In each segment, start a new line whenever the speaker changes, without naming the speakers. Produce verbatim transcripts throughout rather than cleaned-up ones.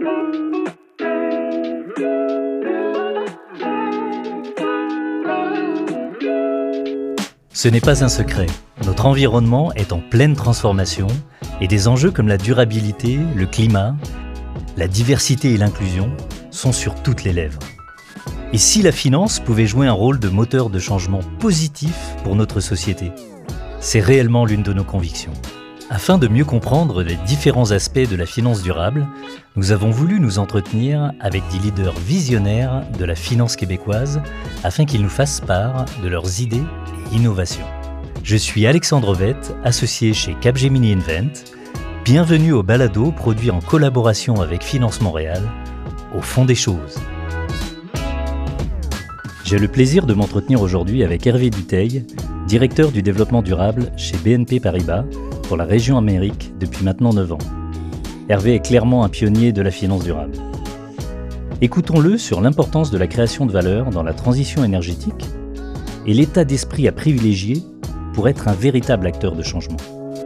Ce n'est pas un secret, notre environnement est en pleine transformation et des enjeux comme la durabilité, le climat, la diversité et l'inclusion sont sur toutes les lèvres. Et si la finance pouvait jouer un rôle de moteur de changement positif pour notre société? C'est réellement l'une de nos convictions. Afin de mieux comprendre les différents aspects de la finance durable, nous avons voulu nous entretenir avec des leaders visionnaires de la finance québécoise afin qu'ils nous fassent part de leurs idées et innovations. Je suis Alexandre Vette, associé chez Capgemini Invent. Bienvenue au balado produit en collaboration avec Finance Montréal, au fond des choses. J'ai le plaisir de m'entretenir aujourd'hui avec Hervé Dutheil, directeur du développement durable chez B N P Paribas pour la région Amérique depuis maintenant neuf ans. Hervé est clairement un pionnier de la finance durable. Écoutons-le sur l'importance de la création de valeur dans la transition énergétique et l'état d'esprit à privilégier pour être un véritable acteur de changement.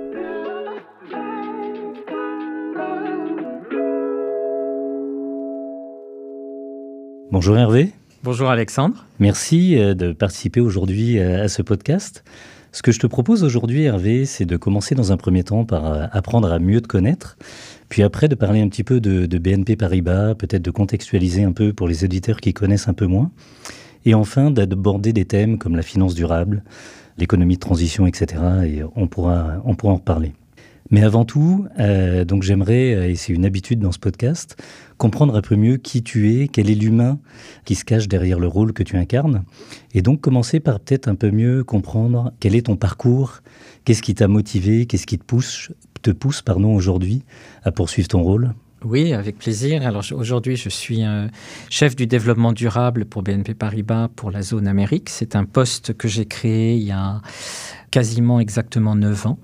Bonjour Hervé.
Bonjour Alexandre.
Merci de participer aujourd'hui à ce podcast. Ce que je te propose aujourd'hui, Hervé, c'est de commencer dans un premier temps par apprendre à mieux te connaître, puis après de parler un petit peu de, de B N P Paribas, peut-être de contextualiser un peu pour les auditeurs qui connaissent un peu moins, et enfin d'aborder des thèmes comme la finance durable, l'économie de transition, et cetera. Et on pourra, on pourra en reparler. Mais avant tout, euh, donc j'aimerais, et c'est une habitude dans ce podcast, comprendre un peu mieux qui tu es, quel est l'humain qui se cache derrière le rôle que tu incarnes, et donc commencer par peut-être un peu mieux comprendre quel est ton parcours, qu'est-ce qui t'a motivé, qu'est-ce qui te pousse, te pousse pardon, aujourd'hui à poursuivre ton rôle.
Oui, avec plaisir. Alors aujourd'hui, je suis euh, chef du développement durable pour B N P Paribas pour la zone Amérique. C'est un poste que j'ai créé il y a quasiment exactement neuf ans.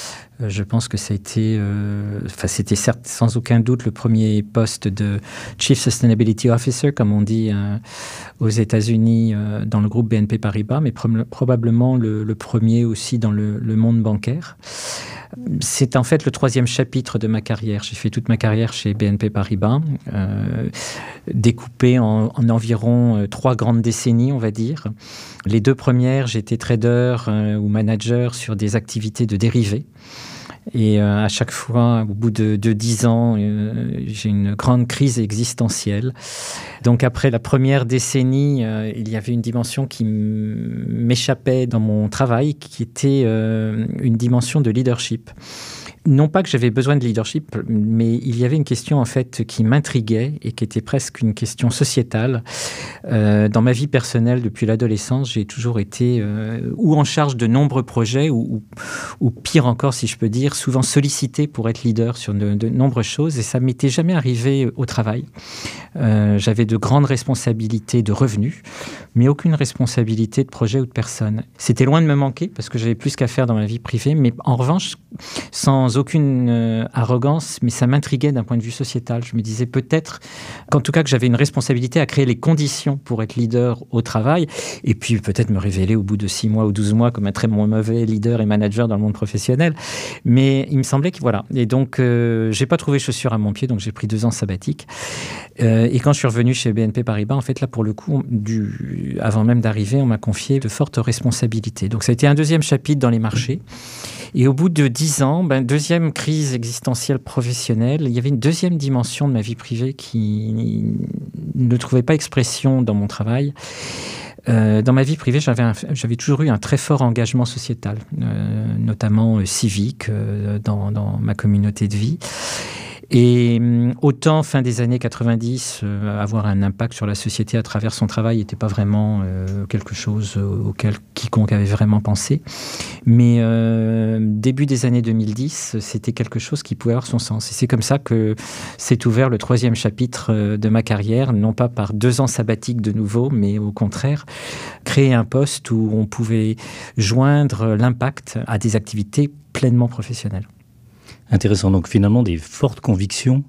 Je pense que ça a été, euh, enfin, c'était certes sans aucun doute le premier poste de Chief Sustainability Officer, comme on dit euh, aux États-Unis euh, dans le groupe B N P Paribas, mais pro- probablement le, le premier aussi dans le, le monde bancaire. C'est en fait le troisième chapitre de ma carrière. J'ai fait toute ma carrière chez B N P Paribas, euh, découpée en, en environ euh, trois grandes décennies, on va dire. Les deux premières, j'étais trader euh, ou manager sur des activités de dérivés. Et euh, à chaque fois, au bout de, de dix ans, euh, j'ai une grande crise existentielle. Donc après la première décennie, euh, il y avait une dimension qui m- m'échappait dans mon travail, qui était euh, une dimension de leadership. Non pas que j'avais besoin de leadership, mais il y avait une question en fait qui m'intriguait et qui était presque une question sociétale. Euh, dans ma vie personnelle, depuis l'adolescence, j'ai toujours été euh, ou en charge de nombreux projets, ou, ou, ou pire encore, si je peux dire, souvent sollicité pour être leader sur de, de nombreuses choses, et ça ne m'était jamais arrivé au travail. Euh, j'avais de grandes responsabilités de revenus, mais aucune responsabilité de projet ou de personne. C'était loin de me manquer, parce que j'avais plus qu'à faire dans ma vie privée, mais en revanche, sans aucune euh, arrogance, mais ça m'intriguait d'un point de vue sociétal. Je me disais peut-être qu'en tout cas que j'avais une responsabilité à créer les conditions pour être leader au travail, et puis peut-être me révéler au bout de six mois ou douze mois comme un très mauvais leader et manager dans le monde professionnel. Mais il me semblait que voilà. Et donc, euh, j'ai pas trouvé chaussure à mon pied, donc j'ai pris deux ans sabbatiques. Euh, et quand je suis revenu chez B N P Paribas, en fait, là, pour le coup, du, avant même d'arriver, on m'a confié de fortes responsabilités. Donc, ça a été un deuxième chapitre dans les marchés. Et au bout de dix ans, ben, deuxième crise existentielle professionnelle, il y avait une deuxième dimension de ma vie privée qui ne trouvait pas expression dans mon travail. Euh, dans ma vie privée, j'avais, un, j'avais toujours eu un très fort engagement sociétal, euh, notamment euh, civique, euh, dans, dans ma communauté de vie. Et autant, fin des années quatre-vingt-dix, euh, avoir un impact sur la société à travers son travail n'était pas vraiment euh, quelque chose auquel quiconque avait vraiment pensé. Mais euh, début des années deux mille dix, c'était quelque chose qui pouvait avoir son sens. Et c'est comme ça que s'est ouvert le troisième chapitre de ma carrière, non pas par deux ans sabbatiques de nouveau, mais au contraire, créer un poste où on pouvait joindre l'impact à des activités pleinement professionnelles.
Intéressant. Donc finalement, des fortes convictions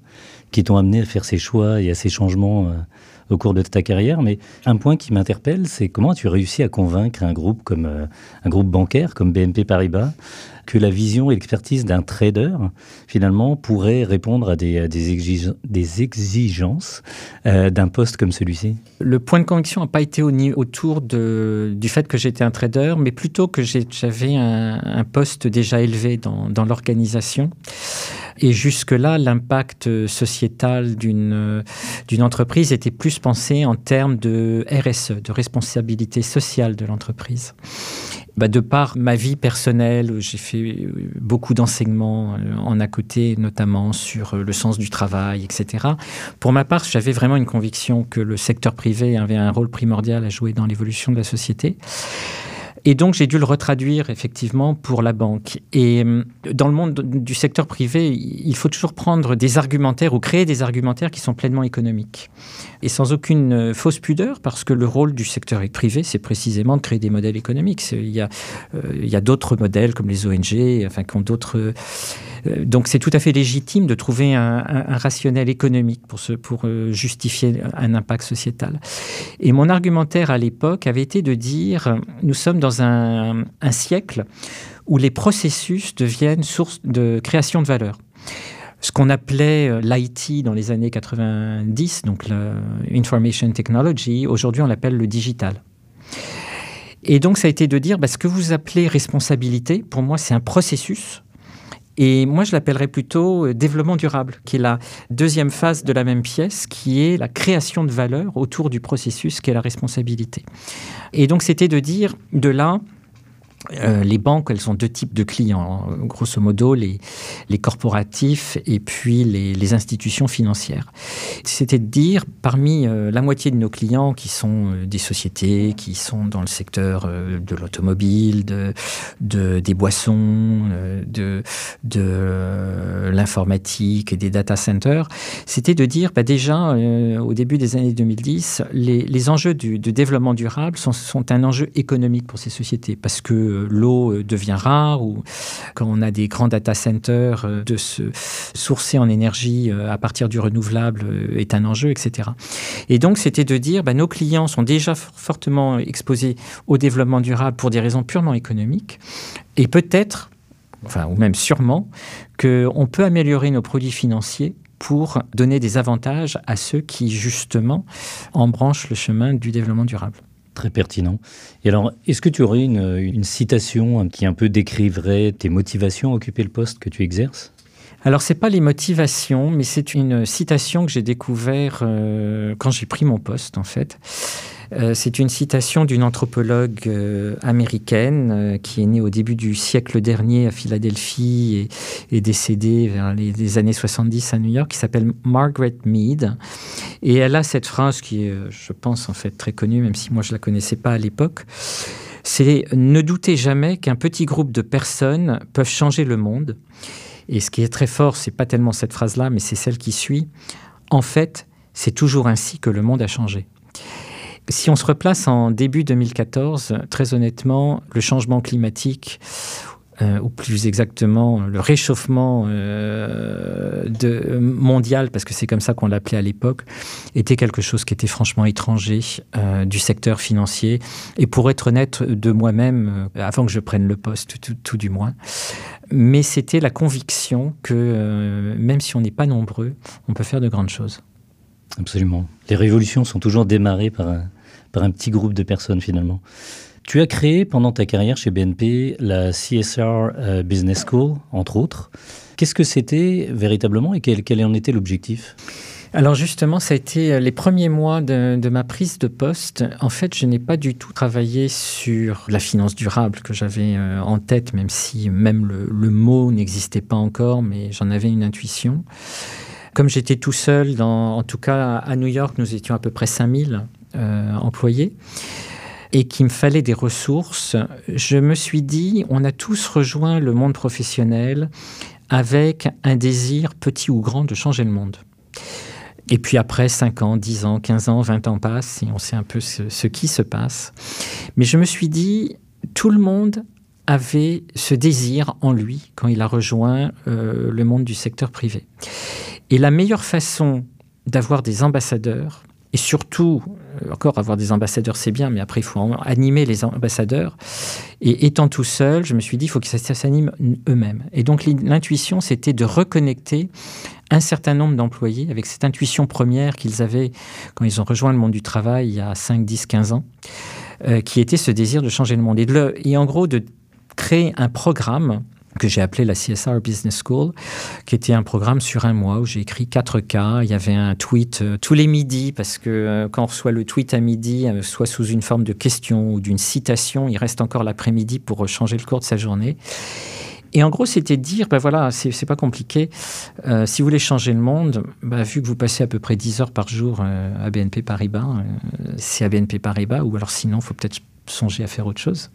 qui t'ont amené à faire ces choix et à ces changements euh, au cours de ta carrière. Mais un point qui m'interpelle, c'est comment tu as réussi à convaincre un groupe comme euh, un groupe bancaire comme B N P Paribas que la vision et l'expertise d'un trader, finalement, pourraient répondre à des, à des, exige- des exigences euh, d'un poste comme celui-ci?
Le point de conviction n'a pas été au, autour de, du fait que j'étais un trader, mais plutôt que j'ai, j'avais un, un poste déjà élevé dans, dans l'organisation. Et jusque-là, l'impact sociétal d'une, d'une entreprise était plus pensé en termes de R S E, de responsabilité sociale de l'entreprise. Bah, de par ma vie personnelle, j'ai fait beaucoup d'enseignements en à côté, notamment sur le sens du travail, et cetera. Pour ma part, j'avais vraiment une conviction que le secteur privé avait un rôle primordial à jouer dans l'évolution de la société. Et donc, j'ai dû le retraduire, effectivement, pour la banque. Et dans le monde du secteur privé, il faut toujours prendre des argumentaires ou créer des argumentaires qui sont pleinement économiques. Et sans aucune fausse pudeur, parce que le rôle du secteur privé, c'est précisément de créer des modèles économiques. C'est, il y a, euh, il y a d'autres modèles, comme les O N G, enfin, qui ont d'autres... Euh, donc, c'est tout à fait légitime de trouver un, un, un rationnel économique pour, ce, pour euh, justifier un impact sociétal. Et mon argumentaire à l'époque avait été de dire, nous sommes dans un, un siècle où les processus deviennent source de création de valeur. Ce qu'on appelait l'I T dans les années quatre-vingt-dix, donc l'Information Technology, aujourd'hui on l'appelle le digital. Et donc ça a été de dire, bah, ce que vous appelez responsabilité, pour moi c'est un processus. Et moi, je l'appellerais plutôt développement durable, qui est la deuxième phase de la même pièce, qui est la création de valeur autour du processus qui est la responsabilité. Et donc, c'était de dire, de là, Euh, les banques, elles ont deux types de clients, grosso modo, les, les corporatifs et puis les, les institutions financières. C'était de dire, parmi euh, la moitié de nos clients qui sont euh, des sociétés, qui sont dans le secteur euh, de l'automobile, de, de, des boissons, euh, de, de euh, l'informatique et des data centers, c'était de dire, bah, déjà, euh, au début des années deux mille dix, les, les enjeux du, de développement durable sont, sont un enjeu économique pour ces sociétés, parce que l'eau devient rare, ou quand on a des grands data centers, de se sourcer en énergie à partir du renouvelable est un enjeu, et cetera. Et donc, c'était de dire, bah, nos clients sont déjà fortement exposés au développement durable pour des raisons purement économiques, et peut-être, enfin, ou même sûrement, qu'on peut améliorer nos produits financiers pour donner des avantages à ceux qui, justement, embranchent le chemin du développement durable.
Très pertinent. Et alors, est-ce que tu aurais une, une citation qui un peu décriverait tes motivations à occuper le poste que tu exerces ?
Alors, ce n'est pas les motivations, mais c'est une citation que j'ai découverte euh, quand j'ai pris mon poste, en fait. Euh, c'est une citation d'une anthropologue euh, américaine euh, qui est née au début du siècle dernier à Philadelphie et est décédée vers les, les années soixante-dix à New York, qui s'appelle Margaret Mead. Et elle a cette phrase qui est, je pense, en fait très connue, même si moi je ne la connaissais pas à l'époque. C'est « Ne doutez jamais qu'un petit groupe de personnes peuvent changer le monde ». Et ce qui est très fort, ce n'est pas tellement cette phrase-là, mais c'est celle qui suit. En fait, c'est toujours ainsi que le monde a changé. Si on se replace en début deux mille quatorze, très honnêtement, le changement climatique, euh, ou plus exactement le réchauffement euh, de, mondial, parce que c'est comme ça qu'on l'appelait à l'époque, était quelque chose qui était franchement étranger euh, du secteur financier. Et pour être honnête de moi-même, euh, avant que je prenne le poste, tout, tout du moins, mais c'était la conviction que euh, même si on n'est pas nombreux, on peut faire de grandes choses.
Absolument. Les révolutions sont toujours démarrées par un, par un petit groupe de personnes, finalement. Tu as créé, pendant ta carrière chez B N P, la C S R euh, Business School, entre autres. Qu'est-ce que c'était véritablement et quel, quel en était l'objectif ?
Alors justement, ça a été les premiers mois de, de ma prise de poste. En fait, je n'ai pas du tout travaillé sur la finance durable que j'avais euh, en tête, même si même le, le mot n'existait pas encore, mais j'en avais une intuition. Comme j'étais tout seul, dans, en tout cas à New York, nous étions à peu près cinq mille euh, employés, et qu'il me fallait des ressources, je me suis dit, on a tous rejoint le monde professionnel avec un désir, petit ou grand, de changer le monde. Et puis après, cinq ans, dix ans, quinze ans, vingt ans passent, et on sait un peu ce, ce qui se passe. Mais je me suis dit, tout le monde avait ce désir en lui quand il a rejoint euh, le monde du secteur privé. Et la meilleure façon d'avoir des ambassadeurs, et surtout, encore avoir des ambassadeurs, c'est bien, mais après, il faut animer les ambassadeurs. Et étant tout seul, je me suis dit, il faut que ça, ça s'anime eux-mêmes. Et donc, l'intuition, c'était de reconnecter un certain nombre d'employés avec cette intuition première qu'ils avaient quand ils ont rejoint le monde du travail il y a cinq, dix, quinze ans, euh, qui était ce désir de changer le monde. Et, de le, et en gros, de créer un programme que j'ai appelé la C S R Business School, qui était un programme sur un mois où j'ai écrit quatre cas. Il y avait un tweet euh, tous les midis, parce que euh, quand on reçoit le tweet à midi, euh, soit sous une forme de question ou d'une citation, il reste encore l'après-midi pour changer le cours de sa journée. Et en gros, c'était de dire, ben voilà, c'est, c'est pas compliqué. Euh, si vous voulez changer le monde, ben, vu que vous passez à peu près dix heures par jour euh, à B N P Paribas, euh, c'est à B N P Paribas, ou alors sinon, il faut peut-être songer à faire autre chose.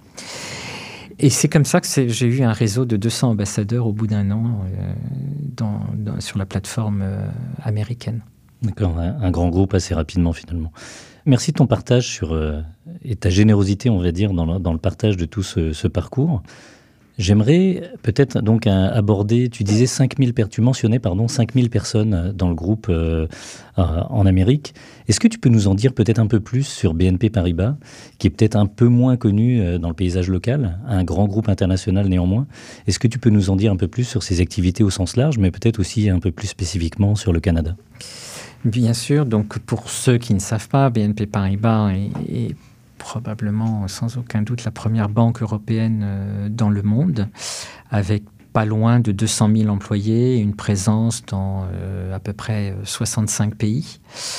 Et c'est comme ça que c'est, j'ai eu un réseau de deux cents ambassadeurs au bout d'un an euh, dans, dans, sur la plateforme euh, américaine.
D'accord, un, un grand groupe assez rapidement finalement. Merci de ton partage sur, euh, et ta générosité, on va dire, dans le, dans le partage de tout ce, ce parcours. J'aimerais peut-être donc un, aborder, tu disais cinq mille, tu mentionnais pardon, cinq mille personnes dans le groupe euh, en Amérique. Est-ce que tu peux nous en dire peut-être un peu plus sur B N P Paribas, qui est peut-être un peu moins connu dans le paysage local, un grand groupe international néanmoins. Est-ce que tu peux nous en dire un peu plus sur ses activités au sens large, mais peut-être aussi un peu plus spécifiquement sur le Canada ?
Bien sûr, donc pour ceux qui ne savent pas, B N P Paribas est, est probablement, sans aucun doute, la première banque européenne euh, dans le monde, avec pas loin de deux cent mille employés et une présence dans euh, à peu près soixante-cinq pays.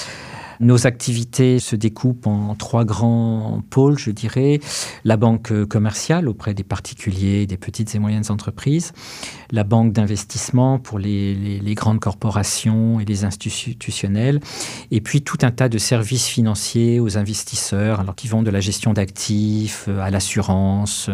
Nos activités se découpent en trois grands pôles, je dirais. La banque commerciale auprès des particuliers, des petites et moyennes entreprises. La banque d'investissement pour les, les, les grandes corporations et les institutionnels. Et puis tout un tas de services financiers aux investisseurs, alors qui vont de la gestion d'actifs à l'assurance,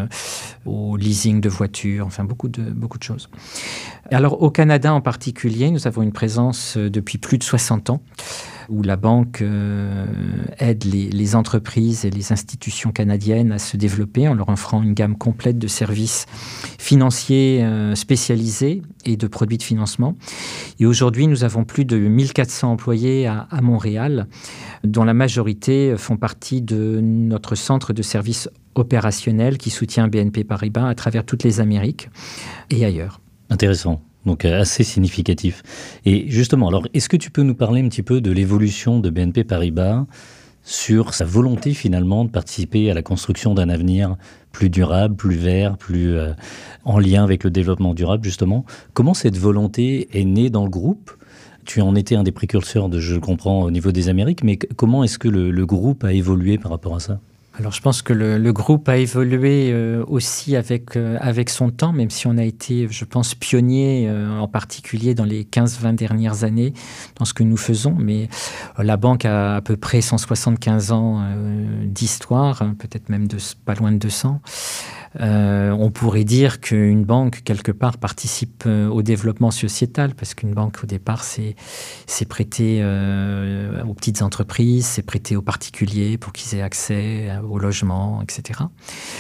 au leasing de voitures, enfin beaucoup de, beaucoup de choses. Alors au Canada en particulier, nous avons une présence depuis plus de soixante ans, où la banque euh, aide les, les entreprises et les institutions canadiennes à se développer en leur offrant une gamme complète de services financiers euh, spécialisés et de produits de financement. Et aujourd'hui, nous avons plus de mille quatre cents employés à, à Montréal, dont la majorité font partie de notre centre de services opérationnels qui soutient B N P Paribas à travers toutes les Amériques et ailleurs.
Intéressant. Donc assez significatif. Et justement, alors est-ce que tu peux nous parler un petit peu de l'évolution de B N P Paribas sur sa volonté finalement de participer à la construction d'un avenir plus durable, plus vert, plus euh, en lien avec le développement durable justement. Comment cette volonté est née dans le groupe ? Tu en étais un des précurseurs, de, je le comprends, au niveau des Amériques, mais comment est-ce que le, le groupe a évolué par rapport à ça ?
Alors, je pense que le, le groupe a évolué euh, aussi avec, euh, avec son temps, même si on a été, je pense, pionnier, euh, en particulier dans les quinze vingt dernières années, dans ce que nous faisons. Mais euh, la banque a à peu près cent soixante-quinze ans euh, d'histoire, hein, peut-être même de, pas loin de deux cents. Euh, on pourrait dire qu'une banque, quelque part, participe euh, au développement sociétal, parce qu'une banque, au départ, c'est, c'est prêté euh, aux petites entreprises, c'est prêté aux particuliers pour qu'ils aient accès au logement, et cetera.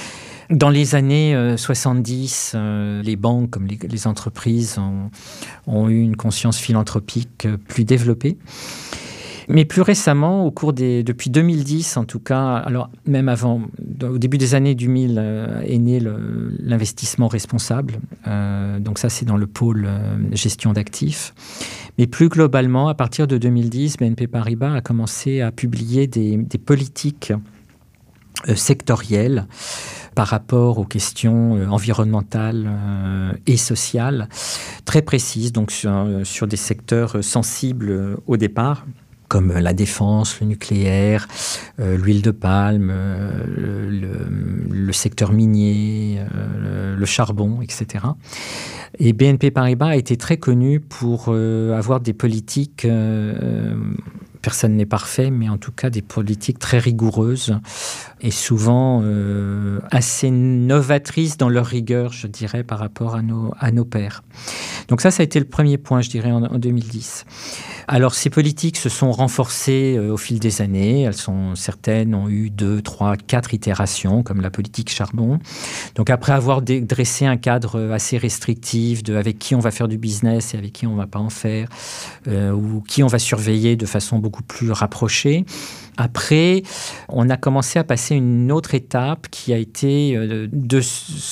Dans les années euh, soixante-dix, euh, les banques, comme les, les entreprises, ont, ont eu une conscience philanthropique euh, plus développée. Mais plus récemment, au cours des, depuis deux mille dix en tout cas, alors même avant, au début des années deux mille, euh, est né le, l'investissement responsable. Euh, donc ça, c'est dans le pôle euh, gestion d'actifs. Mais plus globalement, à partir de deux mille dix, B N P Paribas a commencé à publier des, des politiques euh, sectorielles par rapport aux questions euh, environnementales euh, et sociales, très précises, donc sur, euh, sur des secteurs sensibles euh, au départ, comme la défense, le nucléaire, euh, l'huile de palme, euh, le, le secteur minier, euh, le charbon, et cetera. Et B N P Paribas a été très connu pour euh, avoir des politiques euh, personne n'est parfait, mais en tout cas des politiques très rigoureuses et souvent euh, assez novatrices dans leur rigueur, je dirais, par rapport à nos, à nos pairs. Donc ça, ça a été le premier point, je dirais, en, en deux mille dix. Alors, ces politiques se sont renforcées euh, au fil des années. Elles sont, certaines ont eu deux, trois, quatre itérations, comme la politique charbon. Donc, après avoir dé- dressé un cadre assez restrictif de avec qui on va faire du business et avec qui on ne va pas en faire, euh, ou qui on va surveiller de façon beaucoup plus rapprochée, après, on a commencé à passer une autre étape qui a été euh, de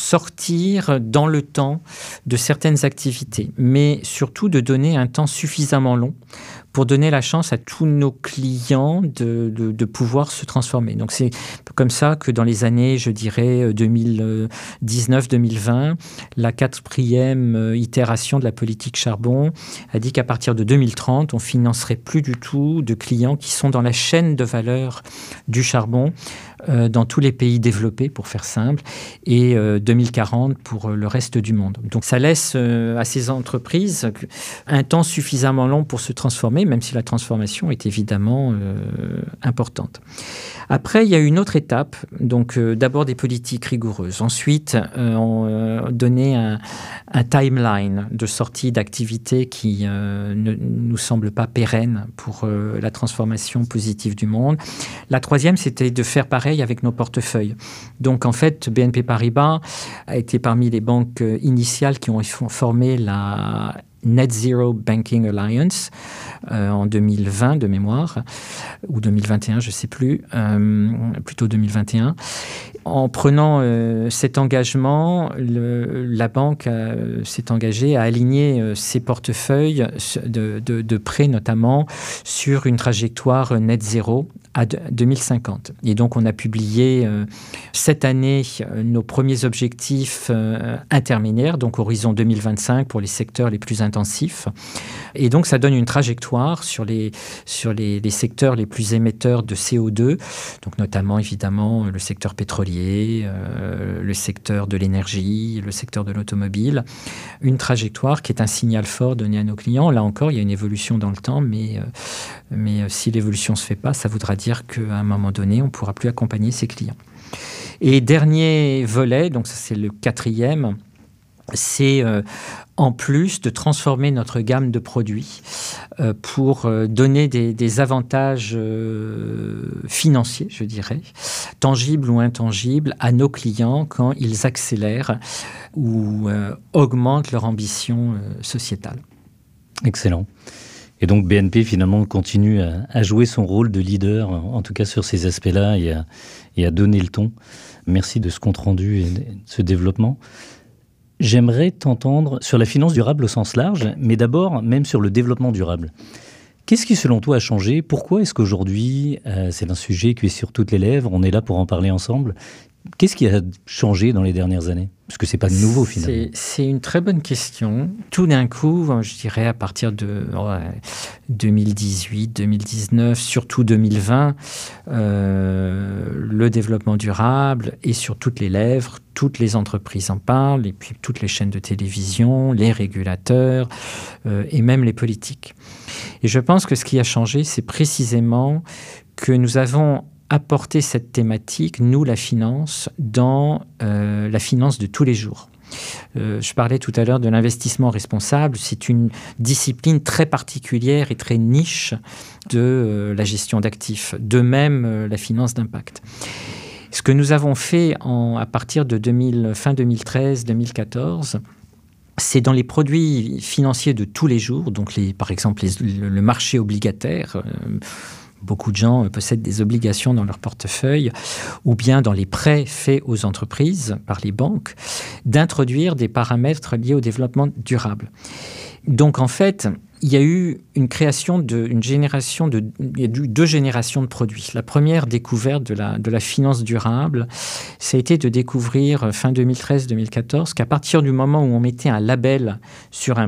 sortir dans le temps de certaines activités, mais surtout de donner un temps suffisamment long pour donner la chance à tous nos clients de, de, de pouvoir se transformer. Donc c'est comme ça que dans les années, je dirais, deux mille dix-neuf deux mille vingt, la quatrième itération de la politique charbon a dit qu'à partir de deux mille trente, on financerait plus du tout de clients qui sont dans la chaîne de valeur du charbon euh, dans tous les pays développés, pour faire simple, et euh, deux mille quarante pour le reste du monde. Donc ça laisse euh, à ces entreprises un temps suffisamment long pour se transformer, même si la transformation est évidemment euh, importante. Après, il y a eu une autre étape, donc euh, d'abord des politiques rigoureuses. Ensuite, euh, on euh, donnait un, un timeline de sortie d'activités qui euh, ne nous semble pas pérenne pour euh, la transformation positive du monde. La troisième, c'était de faire pareil avec nos portefeuilles. Donc, en fait, B N P Paribas a été parmi les banques initiales qui ont formé la Net Zero Banking Alliance euh, en deux mille vingt de mémoire, ou deux mille vingt et un, je ne sais plus, euh, plutôt deux mille vingt et un. En prenant euh, cet engagement, le, la banque euh, s'est engagée à aligner euh, ses portefeuilles de, de, de prêts notamment sur une trajectoire net zéro à deux mille cinquante. Et donc, on a publié euh, cette année euh, nos premiers objectifs euh, intermédiaires, donc horizon deux mille vingt-cinq pour les secteurs les plus intensifs. Et donc, ça donne une trajectoire sur les, sur les, les secteurs les plus émetteurs de C O deux, donc notamment, évidemment, le secteur pétrolier, euh, le secteur de l'énergie, le secteur de l'automobile. Une trajectoire qui est un signal fort donné à nos clients. Là encore, il y a une évolution dans le temps, mais, euh, mais euh, si l'évolution ne se fait pas, ça voudra dire qu'à un moment donné, on ne pourra plus accompagner ses clients. Et dernier volet, donc ça c'est le quatrième, c'est euh, en plus de transformer notre gamme de produits euh, pour euh, donner des, des avantages euh, financiers, je dirais, tangibles ou intangibles, à nos clients quand ils accélèrent ou euh, augmentent leur ambition euh, sociétale.
Excellent. Et donc B N P finalement continue à, à jouer son rôle de leader, en tout cas sur ces aspects-là, et à, et à donner le ton. Merci de ce compte-rendu et de ce développement. J'aimerais t'entendre sur la finance durable au sens large, mais d'abord même sur le développement durable. Qu'est-ce qui selon toi a changé ? Pourquoi est-ce qu'aujourd'hui, euh, c'est un sujet qui est sur toutes les lèvres, on est là pour en parler ensemble ? Qu'est-ce qui a changé dans les dernières années ? Parce que ce n'est pas nouveau finalement.
C'est, c'est une très bonne question. Tout d'un coup, je dirais à partir de ouais, deux mille dix-huit, deux mille dix-neuf, surtout deux mille vingt, euh, le développement durable est sur toutes les lèvres. Toutes les entreprises en parlent, et puis toutes les chaînes de télévision, les régulateurs euh, et même les politiques. Et je pense que ce qui a changé, c'est précisément que nous avons apporter cette thématique, nous, la finance, dans euh, la finance de tous les jours. Euh, je parlais tout à l'heure de l'investissement responsable. C'est une discipline très particulière et très niche de euh, la gestion d'actifs. De même, euh, la finance d'impact. Ce que nous avons fait en, à partir de deux mille, fin deux mille treize deux mille quatorze, c'est dans les produits financiers de tous les jours, donc les, par exemple les, le, le marché obligataire. Euh, Beaucoup de gens possèdent des obligations dans leur portefeuille ou bien dans les prêts faits aux entreprises par les banques, d'introduire des paramètres liés au développement durable. Donc, en fait, il y a eu une création d'une génération de, il y a eu deux générations de produits. La première découverte de la, de la finance durable, ça a été de découvrir fin deux mille treize deux mille quatorze qu'à partir du moment où on mettait un label sur un prêt,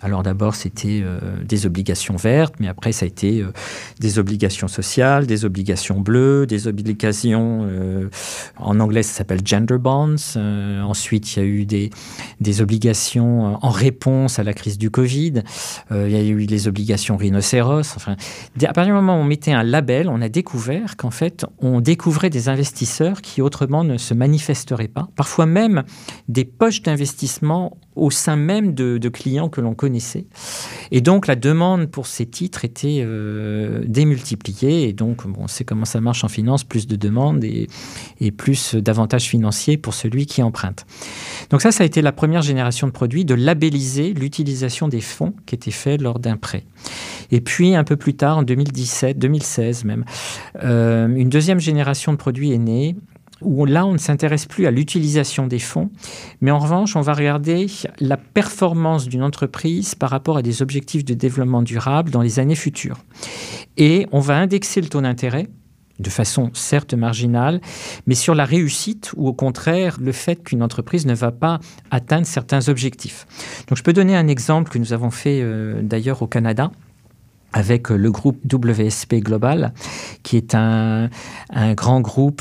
Alors d'abord, c'était euh, des obligations vertes, mais après, ça a été euh, des obligations sociales, des obligations bleues, des obligations, euh, en anglais, ça s'appelle gender bonds. Euh, ensuite, il y a eu des, des obligations en réponse à la crise du Covid. Euh, il y a eu les obligations rhinocéros. Enfin, à partir du moment où on mettait un label, on a découvert qu'en fait, on découvrait des investisseurs qui autrement ne se manifesteraient pas. Parfois même des poches d'investissement au sein même de, de clients que l'on connaissait. Et donc, la demande pour ces titres était euh, démultipliée. Et donc, bon, on sait comment ça marche en finance, plus de demandes et, et plus d'avantages financiers pour celui qui emprunte. Donc ça, ça a été la première génération de produits, de labelliser l'utilisation des fonds qui étaient faits lors d'un prêt. Et puis, un peu plus tard, en deux mille dix-sept, deux mille seize même, euh, une deuxième génération de produits est née, où là, on ne s'intéresse plus à l'utilisation des fonds, mais en revanche, on va regarder la performance d'une entreprise par rapport à des objectifs de développement durable dans les années futures. Et on va indexer le taux d'intérêt de façon certes marginale, mais sur la réussite ou au contraire le fait qu'une entreprise ne va pas atteindre certains objectifs. Donc, je peux donner un exemple que nous avons fait euh, d'ailleurs au Canada, avec le groupe W S P Global, qui est un, un grand groupe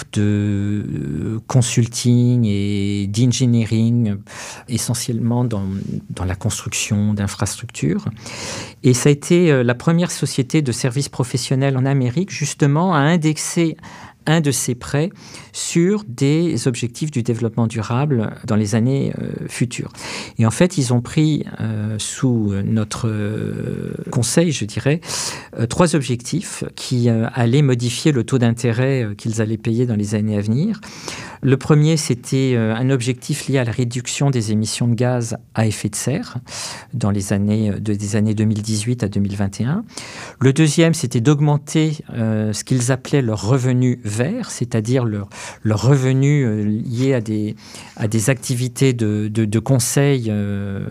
de consulting et d'engineering, essentiellement dans, dans la construction d'infrastructures. Et ça a été la première société de services professionnels en Amérique, justement, à indexer un de ces prêts sur des objectifs du développement durable dans les années euh, futures. Et en fait, ils ont pris euh, sous notre euh, conseil, je dirais, euh, trois objectifs qui euh, allaient modifier le taux d'intérêt euh, qu'ils allaient payer dans les années à venir. Le premier, c'était euh, un objectif lié à la réduction des émissions de gaz à effet de serre dans les années, de, des années deux mille dix-huit à deux mille vingt et un. Le deuxième, c'était d'augmenter euh, ce qu'ils appelaient leur revenu vert, c'est-à-dire leur, leur revenu euh, lié à des, à des activités de, de, de conseil euh,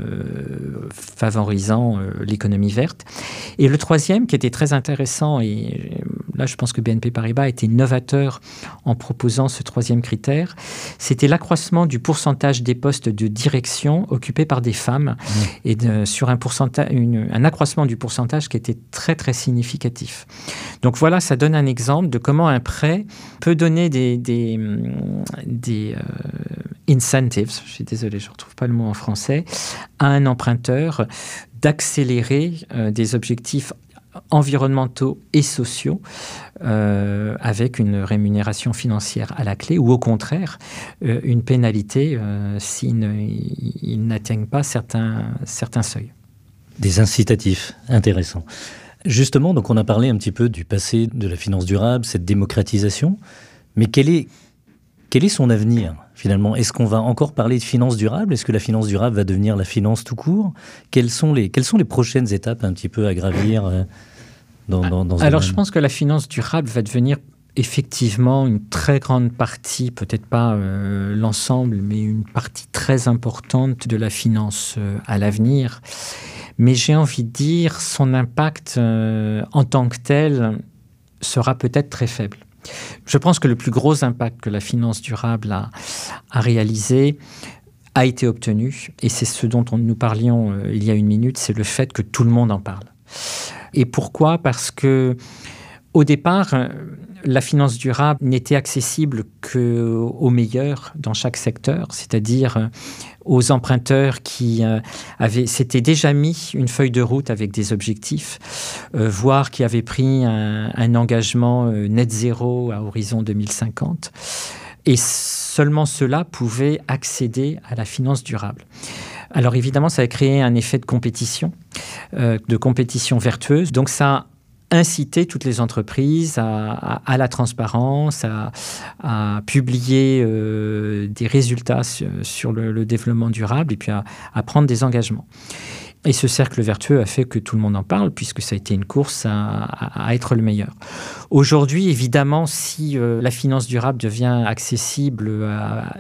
favorisant euh, l'économie verte. Et le troisième, qui était très intéressant, et là je pense que B N P Paribas a été novateur en proposant ce troisième critère, c'était l'accroissement du pourcentage des postes de direction occupés par des femmes, mmh. et de, sur un, pourcentage, une, un accroissement du pourcentage qui était très très significatif. Donc voilà, ça donne un exemple de comment un prêt peut donner des, des, des euh, incentives, je suis désolé, je ne retrouve pas le mot en français, à un emprunteur d'accélérer euh, des objectifs environnementaux et sociaux euh, avec une rémunération financière à la clé ou au contraire euh, une pénalité euh, s'ils n'atteignent pas certains, certains seuils.
Des incitatifs intéressants. Justement, donc on a parlé un petit peu du passé de la finance durable, cette démocratisation, mais quel est, quel est son avenir finalement? Est-ce qu'on va encore parler de finance durable? Est-ce que la finance durable va devenir la finance tout court? Quelles sont les, quelles sont les prochaines étapes un petit peu à gravir euh, dans, dans, dans ce
Alors
domaine?
je pense que la finance durable va devenir effectivement une très grande partie, peut-être pas euh, l'ensemble, mais une partie très importante de la finance euh, à l'avenir. Mais j'ai envie de dire, son impact euh, en tant que tel sera peut-être très faible. Je pense que le plus gros impact que la finance durable a, a réalisé a été obtenu, et c'est ce dont on, nous parlions euh, il y a une minute, c'est le fait que tout le monde en parle. Et pourquoi? Parce que au départ, la finance durable n'était accessible qu'aux meilleurs dans chaque secteur, c'est-à-dire aux emprunteurs qui euh, avaient, s'étaient déjà mis une feuille de route avec des objectifs, euh, voire qui avaient pris un, un engagement euh, net zéro à horizon deux mille cinquante. Et seulement ceux-là pouvaient accéder à la finance durable. Alors évidemment, ça a créé un effet de compétition, euh, de compétition vertueuse. Donc ça a inciter toutes les entreprises à, à, à la transparence, à, à publier euh, des résultats sur, sur le, le développement durable et puis à, à prendre des engagements. Et ce cercle vertueux a fait que tout le monde en parle, puisque ça a été une course à, à, à être le meilleur. Aujourd'hui, évidemment, si euh, la finance durable devient accessible à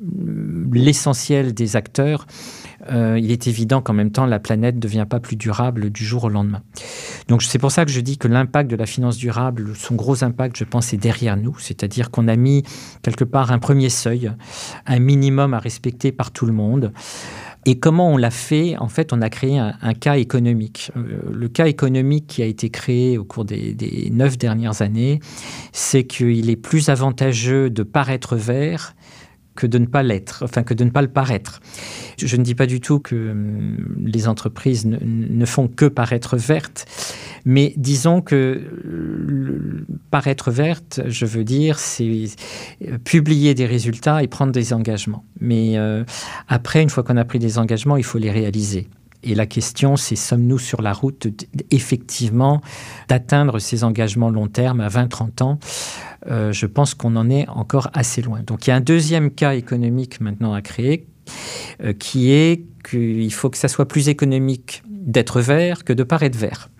l'essentiel des acteurs, euh, il est évident qu'en même temps, la planète ne devient pas plus durable du jour au lendemain. Donc, c'est pour ça que je dis que l'impact de la finance durable, son gros impact, je pense, est derrière nous. C'est-à-dire qu'on a mis quelque part un premier seuil, un minimum à respecter par tout le monde. Et comment on l'a fait? En fait, on a créé un, un cas économique. Le cas économique qui a été créé au cours des, des neuf dernières années, c'est qu'il est plus avantageux de paraître vert que de ne pas l'être, enfin que de ne pas le paraître. Je ne dis pas du tout que les entreprises ne, ne font que paraître vertes, mais disons que le, paraître verte, je veux dire, c'est publier des résultats et prendre des engagements. Mais euh, après, une fois qu'on a pris des engagements, il faut les réaliser. Et la question, c'est sommes-nous sur la route, effectivement, d'atteindre ces engagements long terme à vingt à trente ans? euh, Je pense qu'on en est encore assez loin. Donc, il y a un deuxième cas économique maintenant à créer, euh, qui est qu'il faut que ça soit plus économique d'être vert que de paraître vert.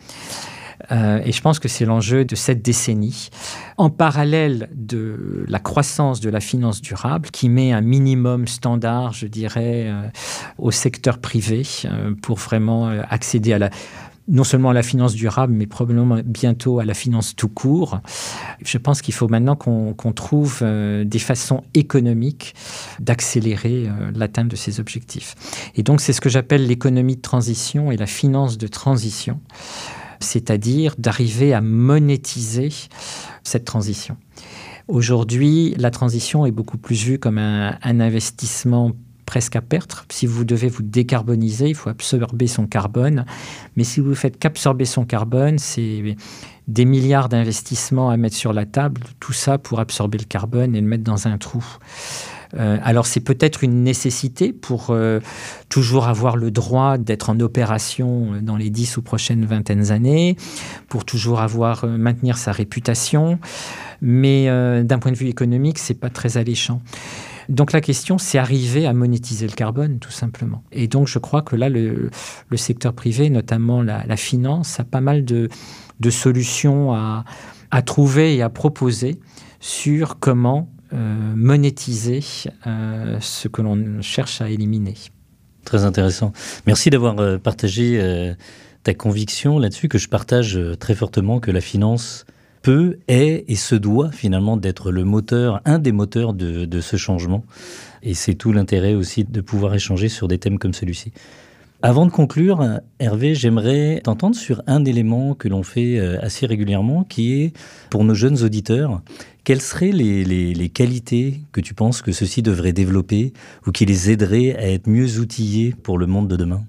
Euh, et je pense que c'est l'enjeu de cette décennie, en parallèle de la croissance de la finance durable, qui met un minimum standard, je dirais, euh, au secteur privé euh, pour vraiment euh, accéder à la, non seulement à la finance durable, mais probablement bientôt à la finance tout court. Je pense qu'il faut maintenant qu'on, qu'on trouve euh, des façons économiques d'accélérer euh, l'atteinte de ces objectifs. Et donc, c'est ce que j'appelle l'économie de transition et la finance de transition, c'est-à-dire d'arriver à monétiser cette transition. Aujourd'hui, la transition est beaucoup plus vue comme un, un investissement presque à perte. Si vous devez vous décarboniser, il faut absorber son carbone. Mais si vous ne faites qu'absorber son carbone, c'est des milliards d'investissements à mettre sur la table, tout ça pour absorber le carbone et le mettre dans un trou. Euh, alors, c'est peut-être une nécessité pour euh, toujours avoir le droit d'être en opération dans les dix ou prochaines vingtaines d'années, pour toujours avoir, euh, maintenir sa réputation. Mais euh, d'un point de vue économique, ce n'est pas très alléchant. Donc, la question, c'est arriver à monétiser le carbone, tout simplement. Et donc, je crois que là, le, le secteur privé, notamment la, la finance, a pas mal de, de solutions à, à trouver et à proposer sur comment Euh, monétiser euh, ce que l'on cherche à éliminer.
Très intéressant. Merci d'avoir euh, partagé euh, ta conviction là-dessus, que je partage euh, très fortement, que la finance peut, est et se doit finalement d'être le moteur, un des moteurs de, de ce changement. Et c'est tout l'intérêt aussi de pouvoir échanger sur des thèmes comme celui-ci. Avant de conclure, Hervé, j'aimerais t'entendre sur un élément que l'on fait assez régulièrement, qui est, pour nos jeunes auditeurs, quelles seraient les, les, les qualités que tu penses que ceux-ci devraient développer ou qui les aideraient à être mieux outillés pour le monde de demain?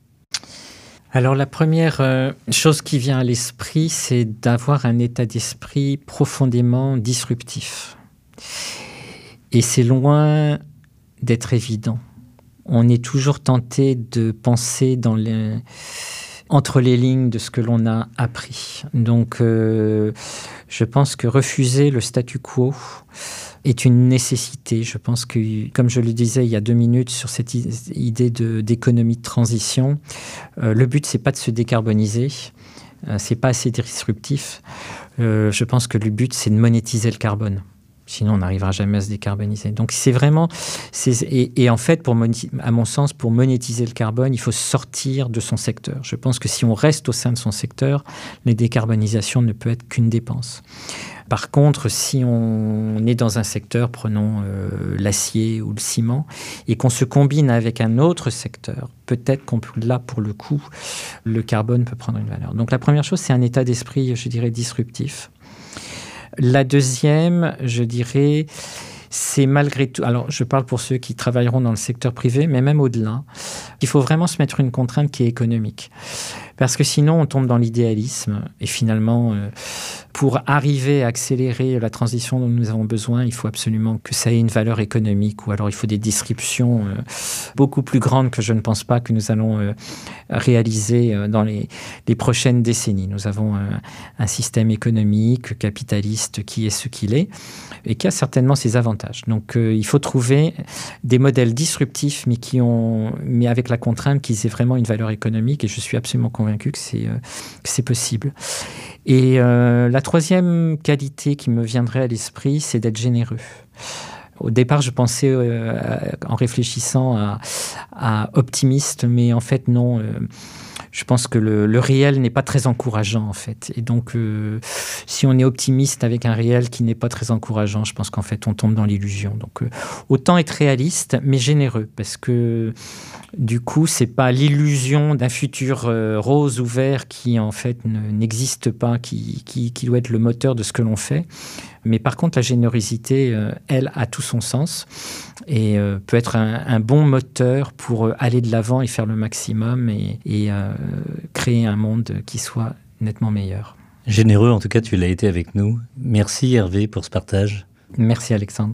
Alors, la première euh, chose qui vient à l'esprit, c'est d'avoir un état d'esprit profondément disruptif. Et c'est loin d'être évident. On est toujours tenté de penser dans les, entre les lignes de ce que l'on a appris. Donc, euh, je pense que refuser le statu quo est une nécessité. Je pense que, comme je le disais il y a deux minutes sur cette idée de, d'économie de transition, euh, le but, c'est pas de se décarboniser. Euh, c'est pas assez disruptif. Euh, je pense que le but, c'est de monétiser le carbone. Sinon, on n'arrivera jamais à se décarboniser. Donc, c'est vraiment... C'est, et, et en fait, pour, à mon sens, pour monétiser le carbone, il faut sortir de son secteur. Je pense que si on reste au sein de son secteur, la décarbonisation ne peut être qu'une dépense. Par contre, si on est dans un secteur, prenons euh, l'acier ou le ciment, et qu'on se combine avec un autre secteur, peut-être qu'on peut, là, pour le coup, le carbone peut prendre une valeur. Donc, la première chose, c'est un état d'esprit, je dirais, disruptif. La deuxième, je dirais, c'est malgré tout... Alors, je parle pour ceux qui travailleront dans le secteur privé, mais même au-delà, il faut vraiment se mettre une contrainte qui est économique. Parce que sinon, on tombe dans l'idéalisme. Et finalement, euh, pour arriver à accélérer la transition dont nous avons besoin, il faut absolument que ça ait une valeur économique. Ou alors, il faut des disruptions euh, beaucoup plus grandes que je ne pense pas que nous allons euh, réaliser euh, dans les, les prochaines décennies. Nous avons euh, un système économique, capitaliste, qui est ce qu'il est, et qui a certainement ses avantages. Donc, euh, il faut trouver des modèles disruptifs, mais, qui ont, mais avec la contrainte qu'ils aient vraiment une valeur économique. Et je suis absolument convaincu que c'est, euh, que c'est possible. Et euh, la troisième qualité qui me viendrait à l'esprit, c'est d'être généreux. Au départ, je pensais, euh, en réfléchissant, à, à optimiste, mais en fait, non. Euh, je pense que le, le réel n'est pas très encourageant, en fait. Et donc, euh, si on est optimiste avec un réel qui n'est pas très encourageant, je pense qu'en fait, on tombe dans l'illusion. Donc, euh, autant être réaliste, mais généreux, parce que du coup, c'est pas l'illusion d'un futur euh, rose ou vert qui, en fait, ne, n'existe pas, qui, qui, qui doit être le moteur de ce que l'on fait. Mais par contre, la générosité, euh, elle, a tout son sens et euh, peut être un, un bon moteur pour euh, aller de l'avant et faire le maximum et, et euh, créer un monde qui soit nettement meilleur.
Généreux, en tout cas, tu l'as été avec nous. Merci Hervé pour ce partage.
Merci Alexandre.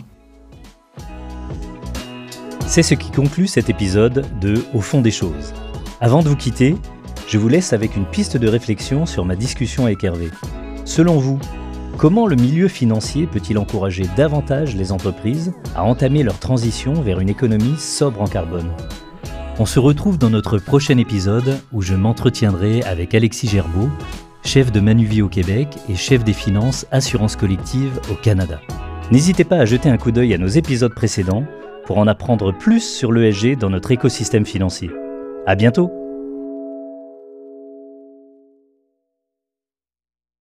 C'est ce qui conclut cet épisode de Au fond des choses. Avant de vous quitter, je vous laisse avec une piste de réflexion sur ma discussion avec Hervé. Selon vous, comment le milieu financier peut-il encourager davantage les entreprises à entamer leur transition vers une économie sobre en carbone ? On se retrouve dans notre prochain épisode où je m'entretiendrai avec Alexis Gerbeau, chef de Manuvie au Québec et chef des finances Assurance Collective au Canada. N'hésitez pas à jeter un coup d'œil à nos épisodes précédents pour en apprendre plus sur l'E S G dans notre écosystème financier. À bientôt!